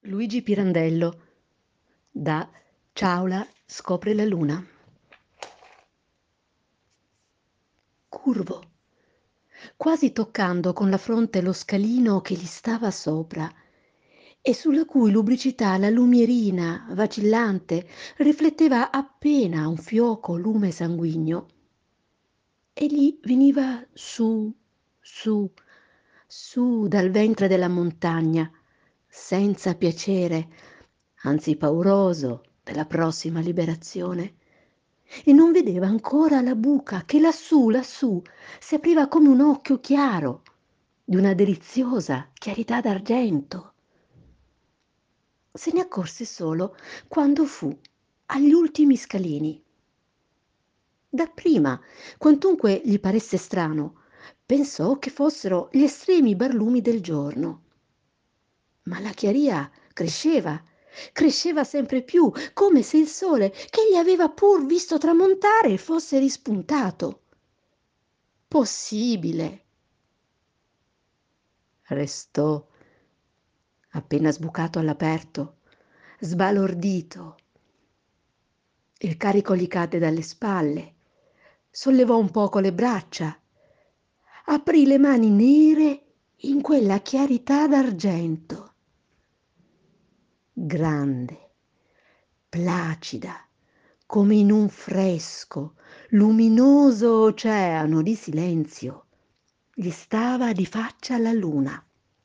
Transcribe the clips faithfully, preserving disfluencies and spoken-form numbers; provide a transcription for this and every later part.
Luigi Pirandello, da Ciaula scopre la luna. Curvo, quasi toccando con la fronte lo scalino che gli stava sopra e sulla cui lubricità la lumierina, vacillante, rifletteva appena un fioco lume sanguigno. Egli veniva su, su, su dal ventre della montagna, senza piacere, anzi pauroso della prossima liberazione, e non vedeva ancora la buca che lassù, lassù, si apriva come un occhio chiaro di una deliziosa chiarità d'argento. Se ne accorse solo quando fu agli ultimi scalini. Dapprima, quantunque gli paresse strano, pensò che fossero gli estremi barlumi del giorno. Ma la chiaria cresceva, cresceva sempre più, come se il sole, che egli aveva pur visto tramontare, fosse rispuntato. Possibile! Restò, appena sbucato all'aperto, sbalordito. Il carico gli cadde dalle spalle, sollevò un poco le braccia, aprì le mani nere in quella chiarità d'argento. Grande, placida, come in un fresco, luminoso oceano di silenzio, gli stava di faccia la luna.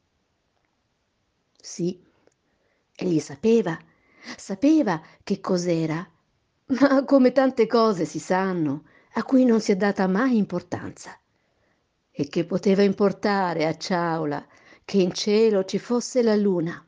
Sì, egli sapeva, sapeva che cos'era, ma come tante cose si sanno, a cui non si è data mai importanza. E che poteva importare a Ciaula che in cielo ci fosse la luna?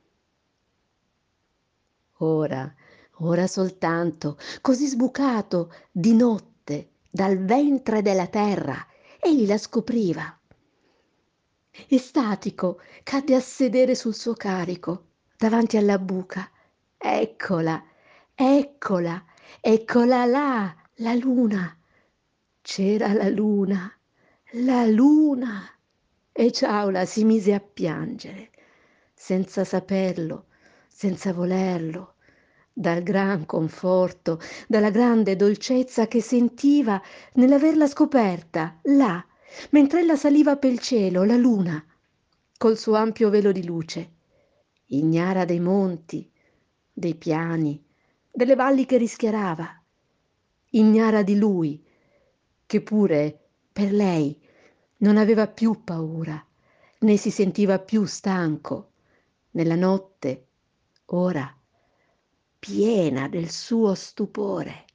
Ora, ora soltanto, così sbucato, di notte, dal ventre della terra, egli la scopriva. Estatico, cadde a sedere sul suo carico, davanti alla buca. Eccola, eccola, eccola là, la luna. C'era la luna, la luna. E Ciaula si mise a piangere, senza saperlo, senza volerlo, dal gran conforto, dalla grande dolcezza che sentiva nell'averla scoperta, là, mentre ella saliva pel cielo, la luna, col suo ampio velo di luce, ignara dei monti, dei piani, delle valli che rischiarava, ignara di lui, che pure per lei non aveva più paura, né si sentiva più stanco, nella notte, ora, piena del suo stupore.